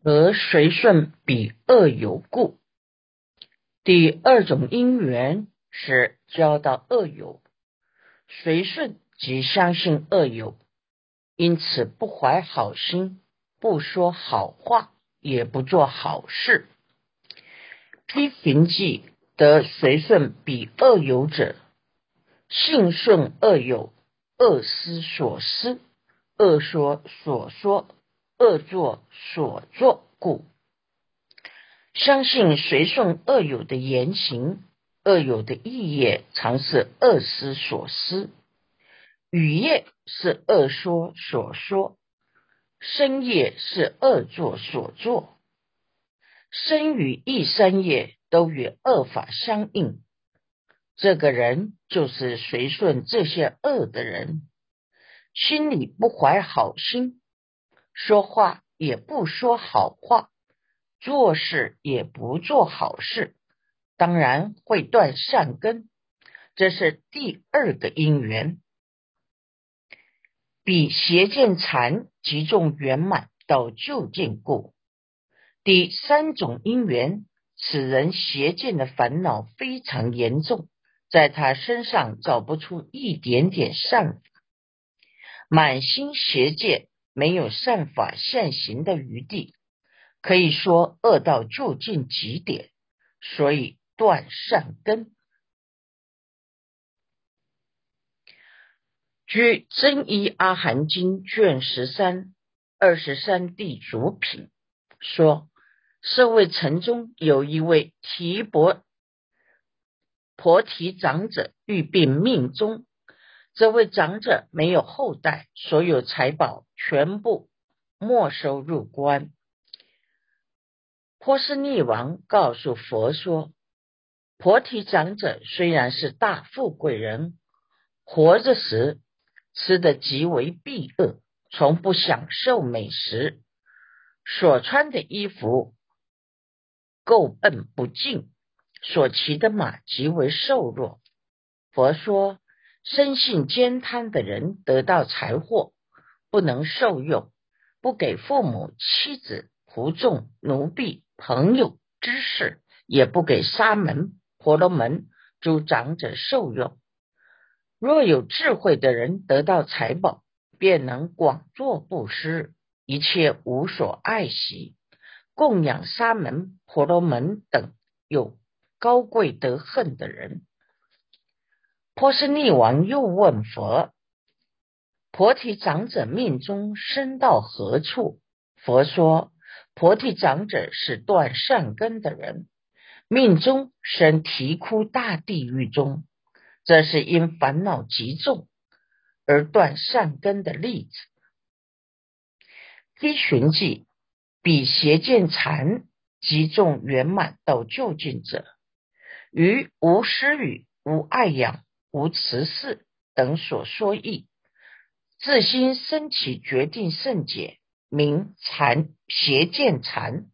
而随顺彼恶有故。第二种因缘是交到恶友，随顺即相信恶友，因此不怀好心，不说好话，也不做好事。批评记得随顺彼恶友者，信顺恶友，恶思所思，恶说所说，恶作所作故。相信随顺恶友的言行，恶友的意业常是恶思所思，语业是恶说所说，身业是恶作所作，身语意三业都与恶法相应。这个人就是随顺这些恶的人，心里不怀好心，说话也不说好话，做事也不做好事，当然会断善根。这是第二个因缘。彼邪见禅集中圆满到究竟故。第三种因缘，此人邪见的烦恼非常严重，在他身上找不出一点点善法，满心邪见，没有善法现行的余地，可以说恶到究竟极点，所以断善根。据真一阿含经卷13 23地主品说，舍卫城中有一位婆提长者欲病命终，这位长者没有后代，所有财宝全部没收入关。波斯匿王告诉佛说，婆提长者虽然是大富贵人，活着时吃得极为避恶，从不享受美食，所穿的衣服垢笨不净，所骑的马极为瘦弱。佛说，生性奸贪的人得到财货，不能受用，不给父母、妻子、仆众、奴婢、朋友、知识，也不给沙门、婆罗门诸长者受用。若有智慧的人得到财宝，便能广作布施，一切无所爱惜，供养沙门、婆罗门等有高贵德恨的人。波斯匿王又问佛，婆提长者命中生到何处？佛说，婆提长者是断善根的人，命中生啼哭大地狱中，这是因烦恼极重而断善根的例子。依循记，彼邪见禅集中圆满到究竟者，于无施语、无爱养、无慈事等所说义，自心生起决定圣解，名禅邪见禅。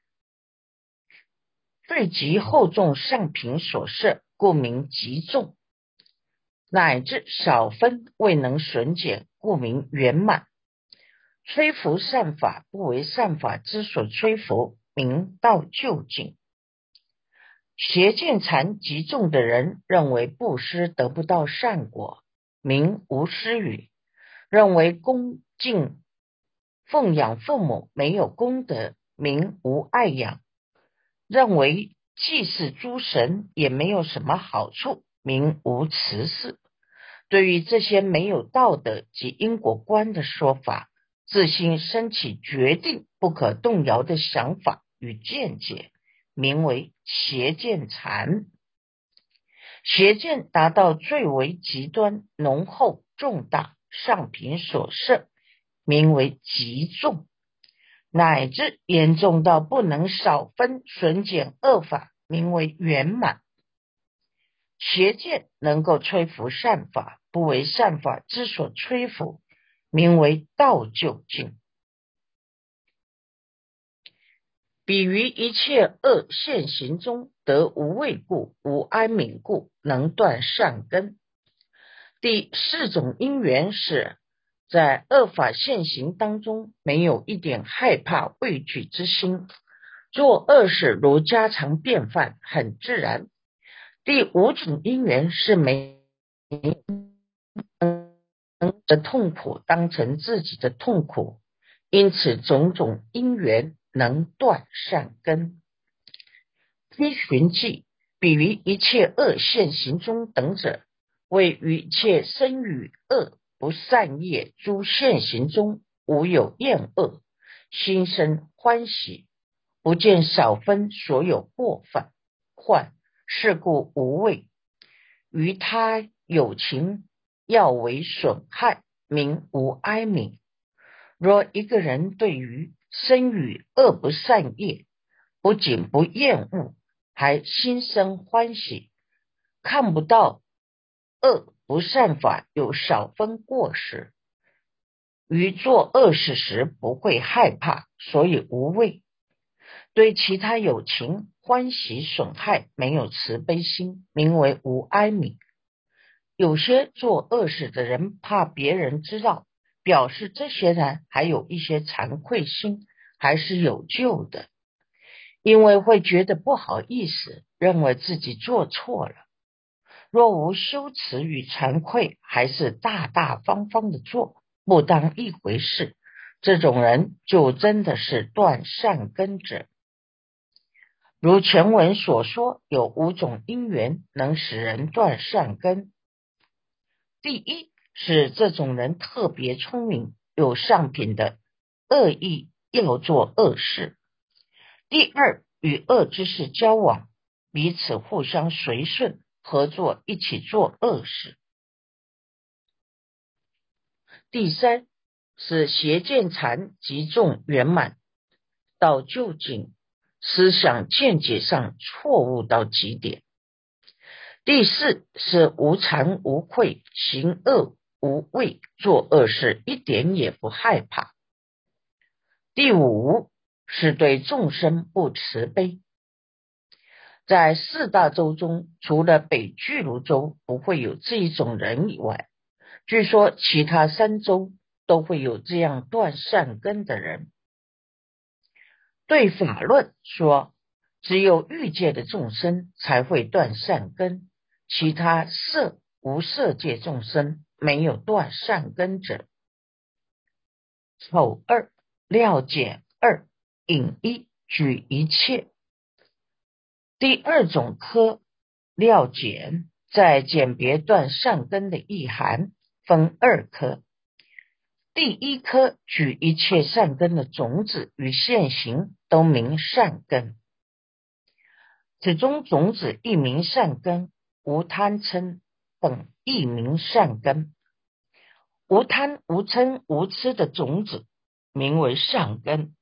最极厚重上品所摄，故名极重，乃至少分未能损减，故名圆满。摧伏善法不为善法之所摧伏，名道究竟。邪见禅极重的人认为布施得不到善果，名无施语；认为恭敬奉养父母没有功德，名无爱养；认为祭祀诸神也没有什么好处，名无慈事。对于这些没有道德及因果观的说法，自心升起决定不可动摇的想法与见解，名为邪见禅。邪见达到最为极端、浓厚、重大、上品所摄，名为极重，乃至严重到不能少分损减恶法，名为圆满。邪见能够摧伏善法，不为善法之所摧伏，名为道究竟。比于一切恶现行中，得无畏故、无安悯故，能断善根。第四种因缘是在恶法现行当中，没有一点害怕畏惧之心，做恶事如家常便饭，很自然。第五种因缘是没的痛苦当成自己的痛苦，因此种种因缘能断善根。依循迹，比于一切恶现行中等者，为于一切生与恶不善业诸现行中，无有厌恶，心生欢喜，不见少分所有过犯患，是故无畏。于他有情要为损害，名无哀悯。若一个人对于生与恶不善业，不仅不厌恶，还心生欢喜，看不到恶不善法有少分过失，于做恶事时不会害怕，所以无畏。对其他有情欢喜损害没有慈悲心，名为无哀悯。有些做恶事的人怕别人知道，表示这些人还有一些惭愧心，还是有救的，因为会觉得不好意思，认为自己做错了。若无羞耻与惭愧，还是大大方方的做，不当一回事，这种人就真的是断善根者。如前文所说，有五种因缘能使人断善根。第一是这种人特别聪明，有上品的恶意，要做恶事。第二，与恶之士交往，彼此互相随顺，合作一起做恶事。第三是邪见禅极重圆满到究竟，思想见解上错误到极点。第四是无惭无愧，行恶无畏，做恶事一点也不害怕。第五是对众生不慈悲。在四大洲中，除了北俱卢洲不会有这一种人以外，据说其他三洲都会有这样断善根的人。对法论说，只有欲界的众生才会断善根，其他色无色界众生没有断善根者。丑二，料简二，引一，举一切。第二种科料简，在简别断善根的意涵分二科。第一科举一切善根的种子与现行都名善根，此中种子亦名善根，无贪嗔等亦名善根。无贪无嗔无痴的种子名为善根，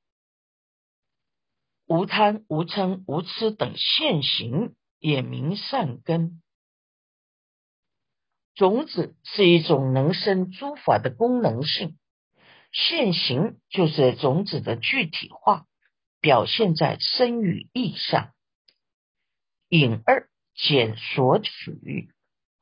无贪无嗔无痴等现行也名善根。种子是一种能生诸法的功能性，现行就是种子的具体化，表现在身语意上。引二，简所取。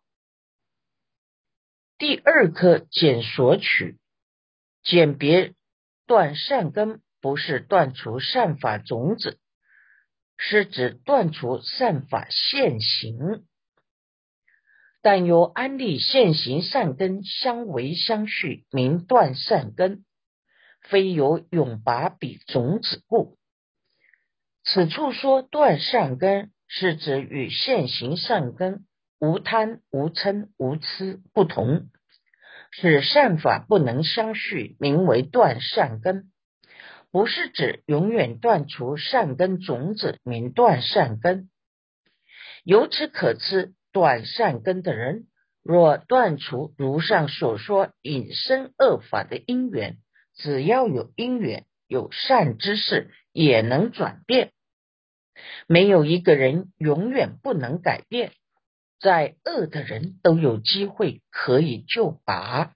第二颗简所取，简别断善根，不是断除善法种子，是指断除善法现行。但由安立现行善根相为相续，名断善根，非由永拔彼种子故。此处说断善根，是指与现行善根无贪无嗔无痴不同，使善法不能相续，名为断善根，不是指永远断除善根种子，名断善根。由此可知，断善根的人，若断除如上所说引生恶法的因缘，只要有因缘，有善之事，也能转变。没有一个人永远不能改变，再恶的人都有机会可以救拔。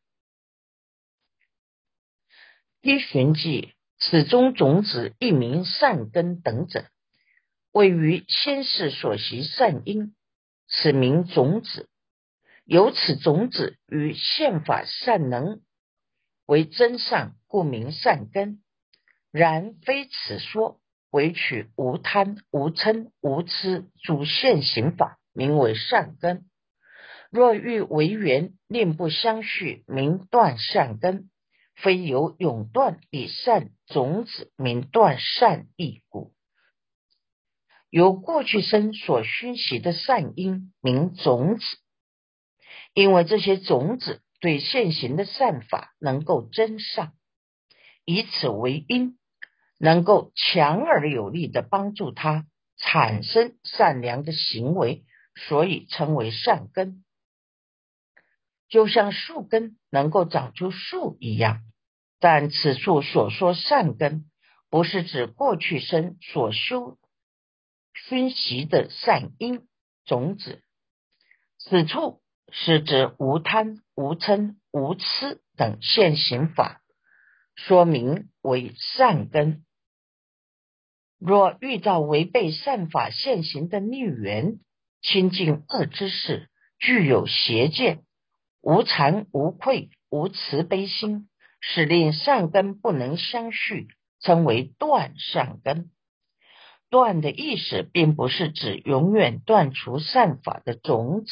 依循记，此中种子一名善根等者，位于先世所习善因，此名种子。由此种子与宪法善能为真善，故名善根。然非此说，唯取无贪、无嗔、无痴诸现行法，名为善根。若欲为缘，令不相续，名断善根。非有永断以善种子，名断善意故。由过去生所熏习的善因，名种子。因为这些种子对现行的善法能够增上，以此为因，能够强而有力的帮助他产生善良的行为，所以称为善根。就像树根能够长出树一样，但此处所说善根，不是指过去生所熏习的善因种子，此处是指无贪、无嗔、无痴等现行法，说明为善根。若遇到违背善法现行的逆缘，亲近恶之事，具有邪见，无惭无愧，无慈悲心，使令善根不能相续，称为断善根。断的意思并不是指永远断除善法的种子。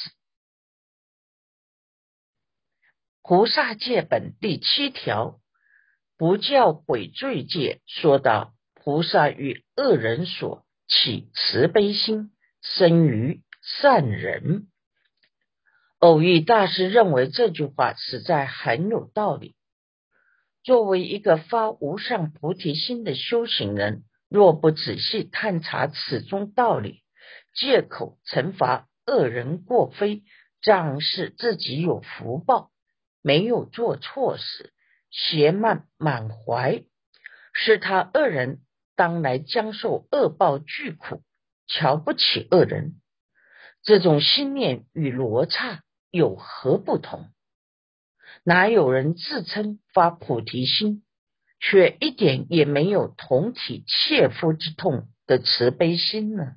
菩萨戒本第7条，不教毁罪戒，说到菩萨与恶人所起慈悲心，生于善人。偶益大师认为这句话实在很有道理。作为一个发无上菩提心的修行人，若不仔细探查此中道理，借口惩罚恶人过非，仗势自己有福报，没有做错事，邪慢满怀，是他恶人当来将受恶报巨苦，瞧不起恶人，这种心念与罗刹有何不同？哪有人自称发菩提心，却一点也没有同体切肤之痛的慈悲心呢？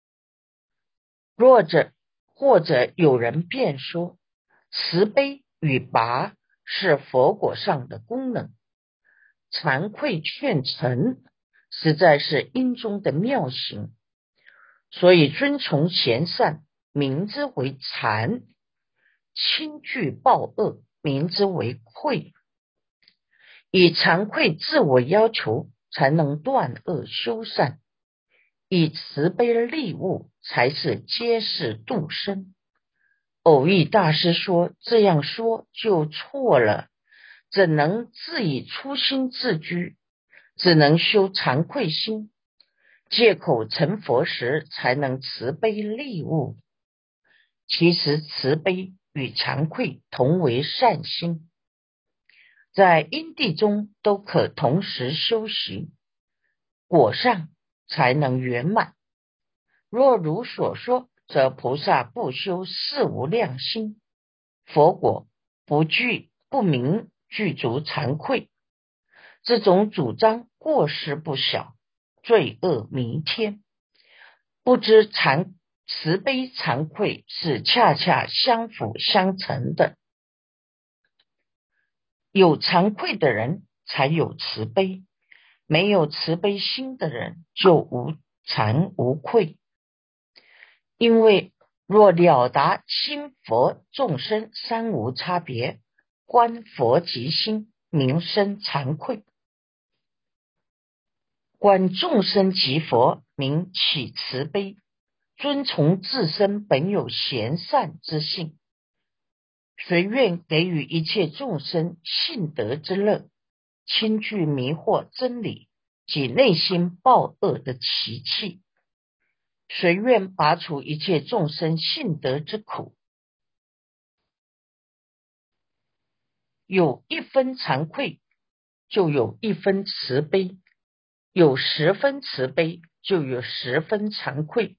或者有人辩说，慈悲与拔是佛果上的功能，惭愧劝诚实在是因中的妙行，所以遵从贤善，名之为惭；轻惧暴恶，名之为愧。以惭愧自我要求，才能断恶修善；以慈悲利物，才是揭示度生。偶益大师说，这样说就错了，怎能自以初心自居？只能修惭愧心，借口成佛时才能慈悲利物。其实慈悲与惭愧同为善心，在因地中都可同时修习，果上才能圆满。若如所说，则菩萨不修四无量心，佛果不明具足惭愧，这种主张过失不小，罪恶弥天。不知慈悲惭愧是恰恰相辅相成的，有惭愧的人才有慈悲，没有慈悲心的人就无惭无愧。因为若了达心佛众生三无差别，观佛即心，名生惭愧；观众生即佛，名起慈悲。遵从自身本有贤善之性，随愿给予一切众生信德之乐，轻具迷惑真理及内心暴恶的习气，随愿拔除一切众生信德之苦。有一分惭愧，就有一分慈悲；有10分慈悲，就有10分惭愧。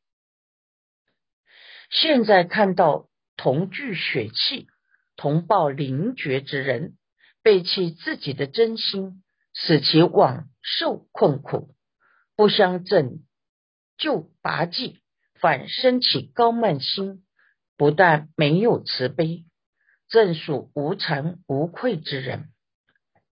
现在看到同具血气、同报灵觉之人，背弃自己的真心，使其枉受困苦，不相拯救拔济，反生起高慢心，不但没有慈悲，正属无惭无愧之人。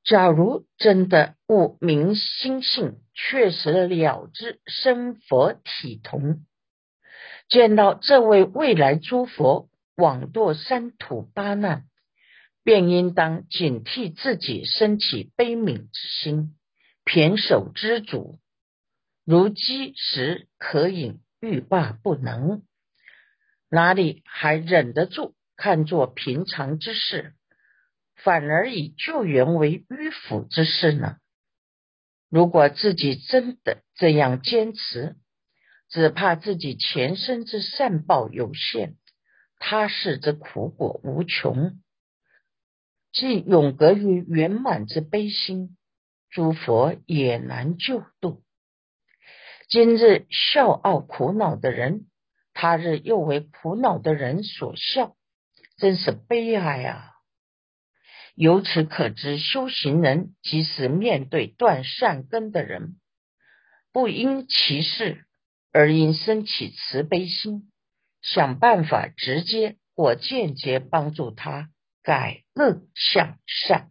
假如真的悟明心性，确实了知生佛体同，见到这位未来诸佛枉堕三途八难，便应当警惕自己升起悲悯之心，胼手知足，如饥食可饮，欲罢不能，哪里还忍得住看作平常之事，反而以救援为迂腐之事呢？如果自己真的这样坚持，只怕自己前生之善报有限，他世之苦果无穷，既永隔于圆满之悲心，诸佛也难救度。今日笑傲苦恼的人，他日又为苦恼的人所笑，真是悲哀啊！由此可知，修行人即使面对断善根的人，不因其事，而应生起慈悲心，想办法直接或间接帮助他改恶向善。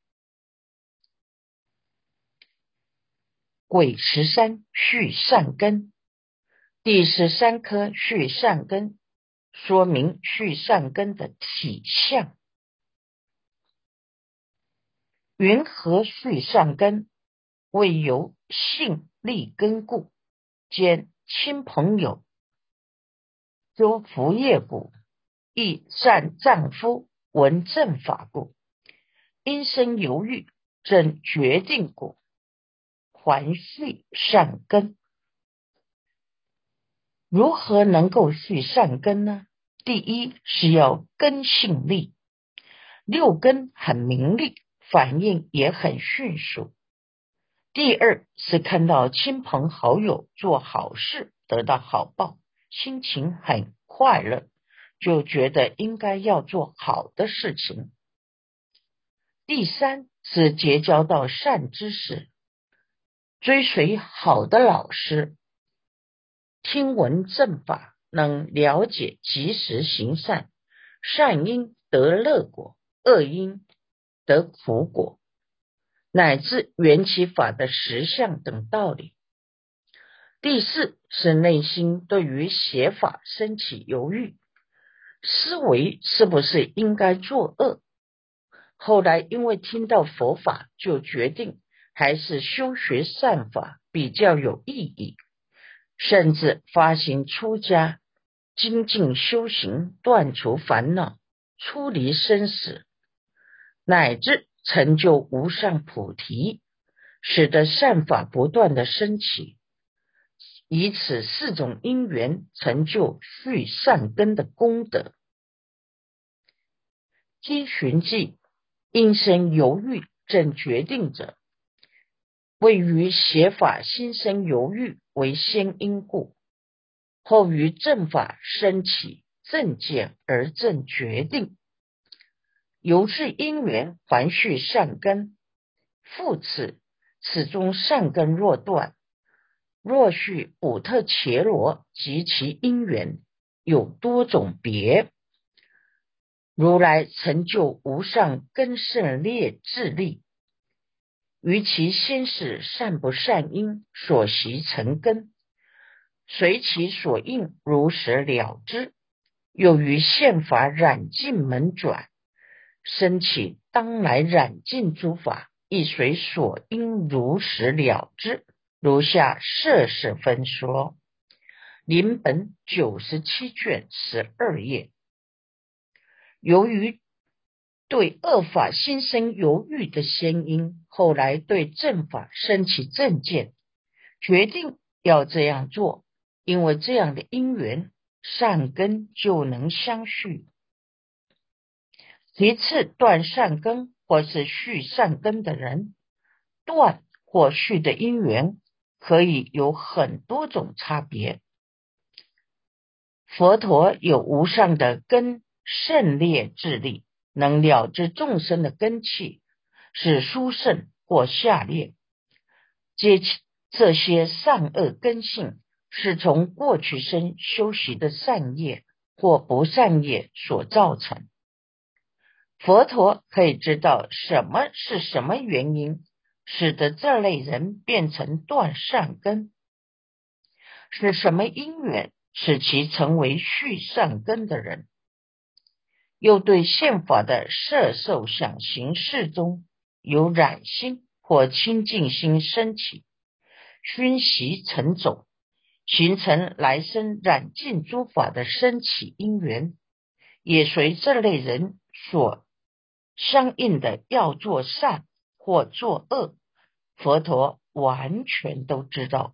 癸13续善根，第13颗续善根，说明续善根的体相。云何续善根？为由性利根故，兼亲朋友修福业故，亦善丈夫闻正法故，因生犹豫正决定故，还续善根。如何能够续善根呢？第一是要根性利，六根很明利，反应也很迅速。第二是看到亲朋好友做好事得到好报，心情很快乐，就觉得应该要做好的事情。第三是结交到善知识，追随好的老师，听闻正法，能了解及时行善，善因得乐果，恶因得苦果，乃至缘起法的实相等道理。第四是内心对于邪法升起犹豫，思维是不是应该作恶，后来因为听到佛法，就决定还是修学善法比较有意义，甚至发行出家，精进修行，断除烦恼，出离生死，乃至成就无上菩提，使得善法不断的升起，以此四种因缘成就续善根的功德。依循记，因生犹豫正决定者，位于邪法心生犹豫为先因故，后于正法升起正见而正决定，由是因缘还续善根。复次，此中善根若断，若续补特伽罗及其因缘有多种别。如来成就无上根胜劣智力，于其先世善不善因所习成根，随其所应如实了知，又于现法染净门转，生起当来染净诸法，亦随所应如实了知。如下摄事分说。临本97卷12页。由于对恶法心生犹豫的先因，后来对正法升起正见，决定要这样做，因为这样的因缘，善根就能相续。其次，断善根或是续善根的人，断或续的因缘可以有很多种差别。佛陀有无上的根胜劣智力，能了知众生的根器是殊胜或下劣，这些善恶根性是从过去生修习的善业或不善业所造成。 佛陀可以知道什么是什么原因使得这类人变成断善根，是什么因缘使其成为续善根的人，又对现法的色受想行识中有染心或清净心升起，熏习成种，形成来生染尽诸法的升起因缘，也随这类人所相应的要做善或做恶，佛陀完全都知道。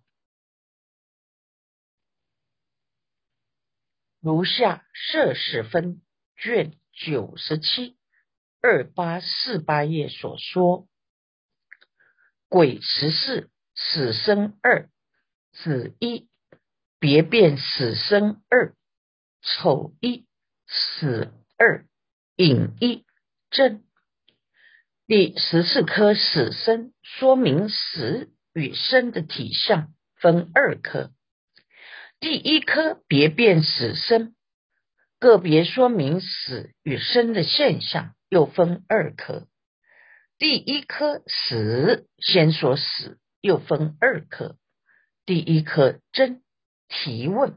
如下摄使分卷97 2848页所说，癸14死生2，子1别变死生2，丑1死2，寅1正。第14颗死生说明死与生的体相分2颗，第一颗别变死生个别说明死与生的现象又分2颗，第一颗死先说死又分2颗，第一颗真提问，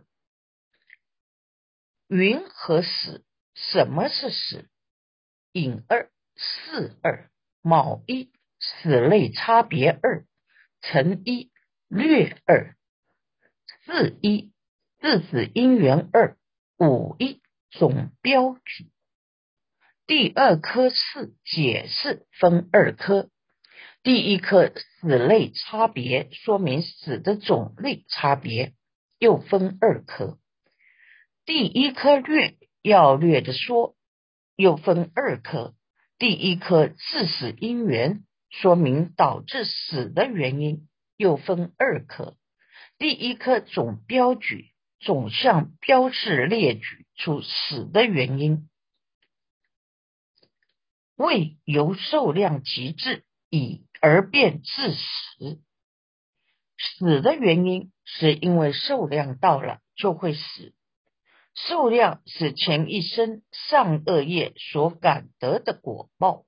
云和死，什么是死？寅2巳2卯1死类差别2，辰1略2，巳1自子因缘2，午1总标举。第2颗巳解释分2颗，第一颗死类差别说明死的种类差别，又分2颗。第一颗略要略的说，又分2颗。第一颗致死因缘说明导致死的原因，又分2颗。第一颗总标举总项标示列举出死的原因，为由受量极致以而变致死。死的原因是因为受量到了就会死，受量是前一生善恶业所感得的果报。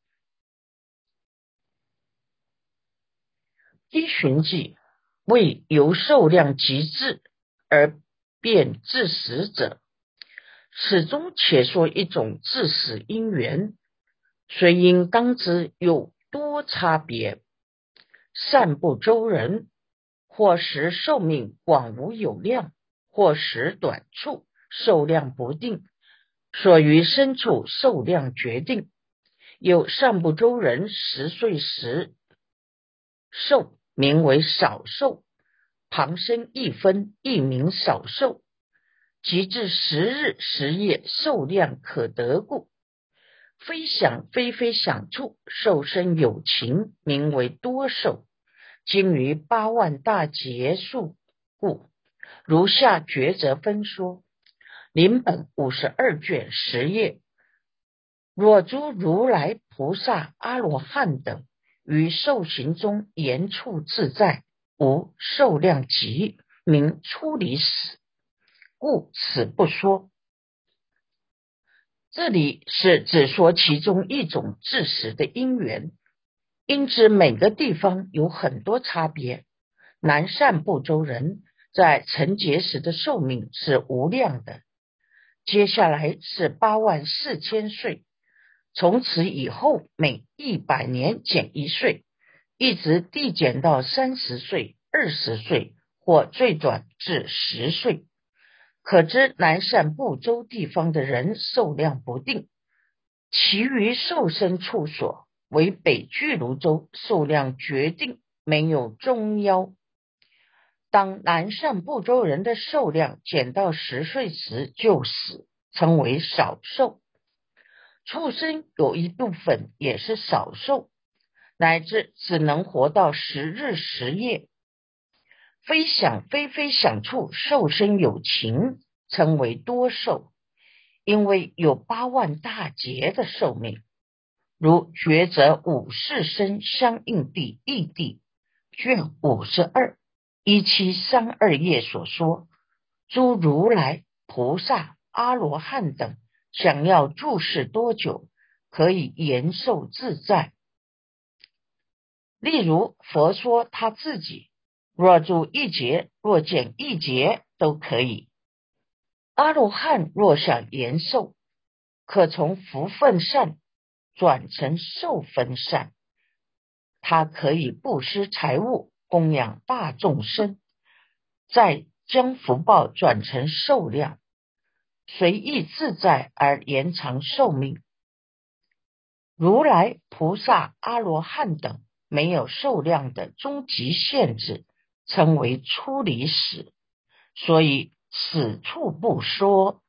依循记为由受量极致而变致死者，始终且说一种致死因缘，虽因当知有多差别，善不周人，或时寿命广无有量，或时短处寿量不定，所于深处寿量决定。有善不周人10岁时寿名为少寿，旁生1分亦名少寿，及至10日10夜寿量可得故。非想非非想处寿生有情名为多寿，经于8万大劫数故。如下抉择分说，临本52卷10页，若诸如来菩萨阿罗汉等于受行中言处自在，无寿量极，名出离死，故此不说。这里是只说其中一种致死的因缘，因之每个地方有很多差别。南赡部洲人在成劫时的寿命是无量的，接下来是8万4千岁，从此以后每100年减1岁，一直递减到30岁、20岁，或最短至10岁。可知南赡部洲地方的人寿量不定，其余受生处所为北俱卢洲寿量决定，没有中夭。当南赡部洲人的寿量减到10岁时就死，称为少寿。畜生有一部分也是少寿，乃至只能活到10日10夜。非想非非想处受生有情，称为多寿，因为有8万大劫的寿命。如抉择五世生相应地义地卷52 1732页所说，诸如来菩萨阿罗汉等想要住世多久， 可以延寿自在。例如佛说他自己，若住一劫，若减一劫都可以。阿罗汉若想延寿，可从福分善转成寿分善，他可以布施财物，供养大众生，再将福报转成寿量，随意自在而延长寿命。如来、菩萨、阿罗汉等没有寿量的终极限制，称为出离死，所以此处不说，